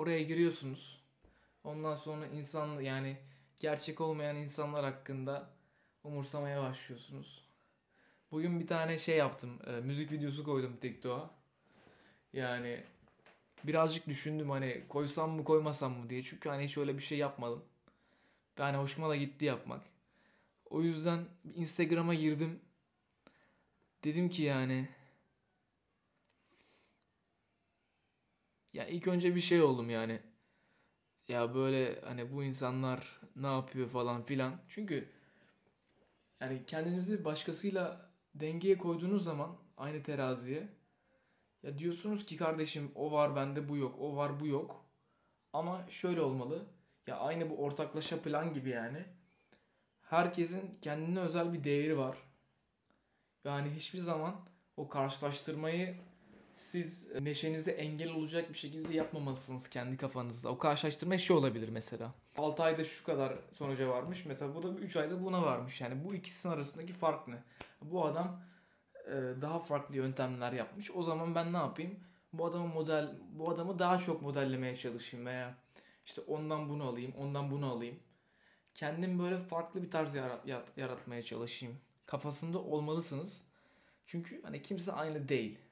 oraya giriyorsunuz. Ondan sonra yani gerçek olmayan insanlar hakkında umursamaya başlıyorsunuz. Bugün bir tane şey yaptım. Müzik videosu koydum TikTok'a. Yani birazcık düşündüm hani koysam mı koymasam mı diye. Çünkü hani hiç öyle bir şey yapmadım. Ve hani hoşuma da gitti yapmak. O yüzden Instagram'a girdim. Dedim ki yani ya ilk önce bir şey oldum yani. Ya böyle hani bu insanlar ne yapıyor falan filan. Çünkü yani kendinizi başkasıyla dengeye koyduğunuz zaman aynı teraziye ya diyorsunuz ki kardeşim o var bende bu yok, o var bu yok. Ama şöyle olmalı. Ya aynı bu ortaklaşa plan gibi yani. Herkesin kendine özel bir değeri var. Yani hiçbir zaman o karşılaştırmayı siz neşenize engel olacak bir şekilde yapmamalısınız kendi kafanızda. O karşılaştırma şey olabilir mesela. 6 ayda şu kadar sonuca varmış. Mesela bu da 3 ayda buna varmış. Yani bu ikisinin arasındaki fark ne? Bu adam daha farklı yöntemler yapmış. O zaman ben ne yapayım? Bu adamı daha çok modellemeye çalışayım veya işte ondan bunu alayım, ondan bunu alayım. Kendim böyle farklı bir tarz yaratmaya çalışayım. Kafasında olmalısınız. Çünkü hani kimse aynı değil.